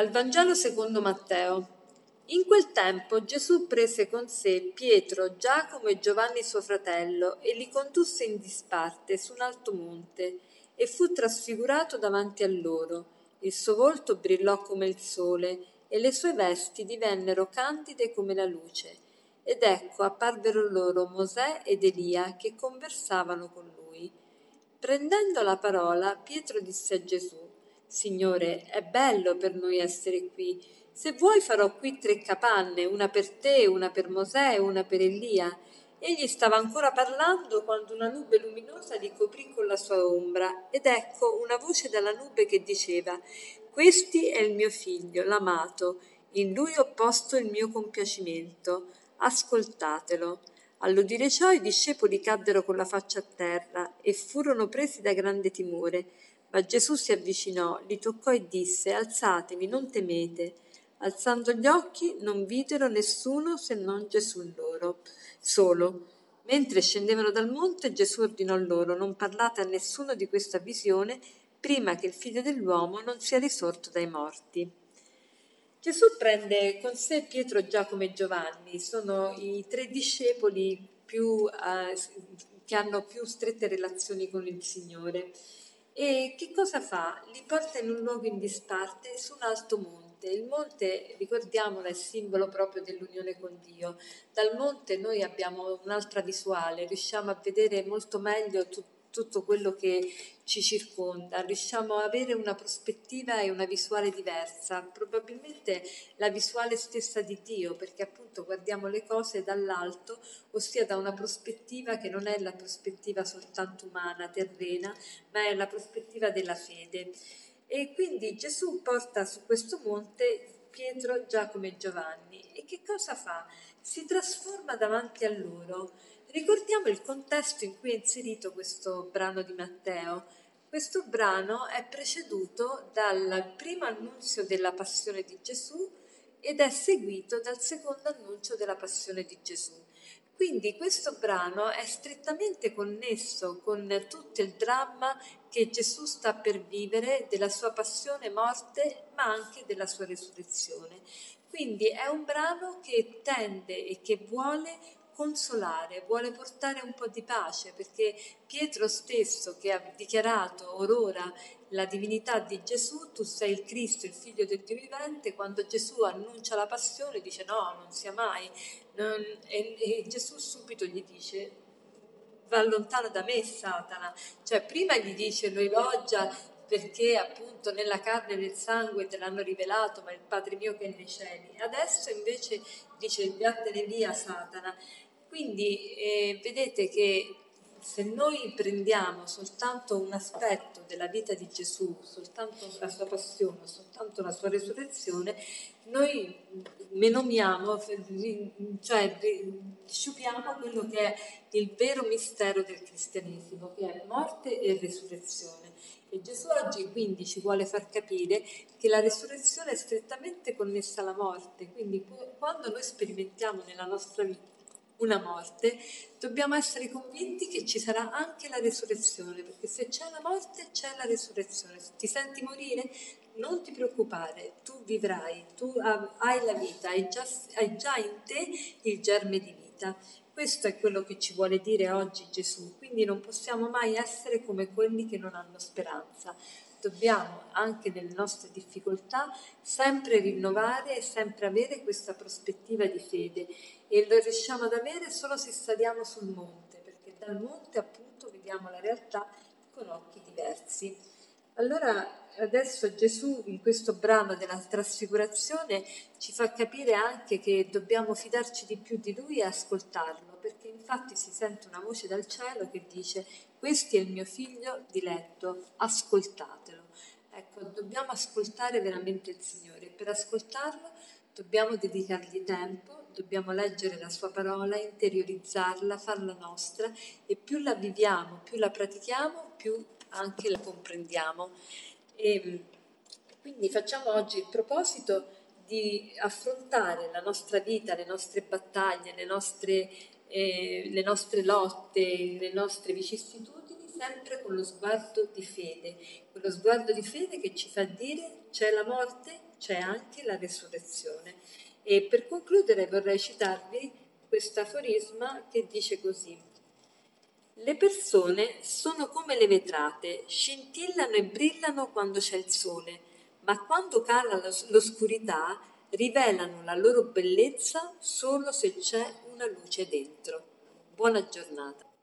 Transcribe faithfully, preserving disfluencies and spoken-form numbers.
Dal Vangelo secondo Matteo. In quel tempo Gesù prese con sé Pietro, Giacomo e Giovanni suo fratello e li condusse in disparte su un alto monte e fu trasfigurato davanti a loro. Il suo volto brillò come il sole e le sue vesti divennero candide come la luce. Ed ecco apparvero loro Mosè ed Elia che conversavano con lui. Prendendo la parola, Pietro disse a Gesù: Signore, è bello per noi essere qui. Se vuoi farò qui tre capanne, una per te, una per Mosè e una per Elia. Egli stava ancora parlando quando una nube luminosa li coprì con la sua ombra, ed ecco una voce dalla nube che diceva: Questi è il mio figlio, l'amato, in lui ho posto il mio compiacimento, ascoltatelo. All'udire ciò i discepoli caddero con la faccia a terra e furono presi da grande timore. Ma Gesù si avvicinò, li toccò e disse: Alzatevi, non temete. Alzando gli occhi non videro nessuno se non Gesù loro solo. Mentre scendevano dal monte, Gesù ordinò loro: Non parlate a nessuno di questa visione prima che il figlio dell'uomo non sia risorto dai morti. Gesù prende con sé Pietro, Giacomo e Giovanni, sono i tre discepoli più, eh, che hanno più strette relazioni con il Signore. E che cosa fa? Li porta in un luogo in disparte su un alto monte. Il monte, ricordiamolo, è simbolo proprio dell'unione con Dio. Dal monte noi abbiamo un'altra visuale, riusciamo a vedere molto meglio tutto tutto quello che ci circonda, riusciamo a avere una prospettiva e una visuale diversa, probabilmente la visuale stessa di Dio, perché appunto guardiamo le cose dall'alto, ossia da una prospettiva che non è la prospettiva soltanto umana, terrena, ma è la prospettiva della fede. E quindi Gesù porta su questo monte Pietro, Giacomo e Giovanni. E che cosa fa? Si trasforma davanti a loro. Ricordiamo il contesto in cui è inserito questo brano di Matteo. Questo brano è preceduto dal primo annunzio della passione di Gesù ed è seguito dal secondo annuncio della passione di Gesù. Quindi questo brano è strettamente connesso con tutto il dramma che Gesù sta per vivere della sua passione, morte, ma anche della sua resurrezione. Quindi è un brano che tende e che vuole consolare, vuole portare un po' di pace, perché Pietro stesso, che ha dichiarato orora la divinità di Gesù, tu sei il Cristo, il figlio del Dio vivente, quando Gesù annuncia la passione dice no, non sia mai, non, e, e Gesù subito gli dice: va lontano da me Satana. Cioè prima gli dice, lo elogia perché appunto nella carne e nel sangue te l'hanno rivelato, ma il Padre mio che è nei cieli. Adesso invece dice: vattene via Satana. Quindi eh, vedete che se noi prendiamo soltanto un aspetto della vita di Gesù, soltanto la sua passione, soltanto la sua resurrezione, noi menomiamo, cioè sciupiamo quello che è il vero mistero del cristianesimo, che è morte e resurrezione. E Gesù oggi quindi ci vuole far capire che la resurrezione è strettamente connessa alla morte, quindi quando noi sperimentiamo nella nostra vita una morte, dobbiamo essere convinti che ci sarà anche la resurrezione, perché se c'è la morte c'è la resurrezione. Se ti senti morire, non ti preoccupare, tu vivrai, tu hai la vita, hai già, hai già in te il germe di vita. Questo è quello che ci vuole dire oggi Gesù, quindi non possiamo mai essere come quelli che non hanno speranza. Dobbiamo, anche nelle nostre difficoltà, sempre rinnovare e sempre avere questa prospettiva di fede, e lo riusciamo ad avere solo se saliamo sul monte, perché dal monte appunto vediamo la realtà con occhi diversi. Allora adesso Gesù in questo brano della trasfigurazione ci fa capire anche che dobbiamo fidarci di più di Lui e ascoltarlo, perché infatti si sente una voce dal cielo che dice: questo è il mio figlio diletto, ascoltatelo. Ecco, dobbiamo ascoltare veramente il Signore. Per ascoltarlo dobbiamo dedicargli tempo, dobbiamo leggere la sua parola, interiorizzarla, farla nostra, e più la viviamo, più la pratichiamo, più anche la comprendiamo. E quindi facciamo oggi il proposito di affrontare la nostra vita, le nostre battaglie, le nostre, eh, le nostre lotte, le nostre vicissitudini sempre con lo sguardo di fede, quello sguardo di fede che ci fa dire c'è la morte, c'è anche la resurrezione. E per concludere vorrei citarvi questo aforisma che dice così: le persone sono come le vetrate, scintillano e brillano quando c'è il sole, ma quando cala l'oscurità rivelano la loro bellezza solo se c'è una luce dentro. Buona giornata.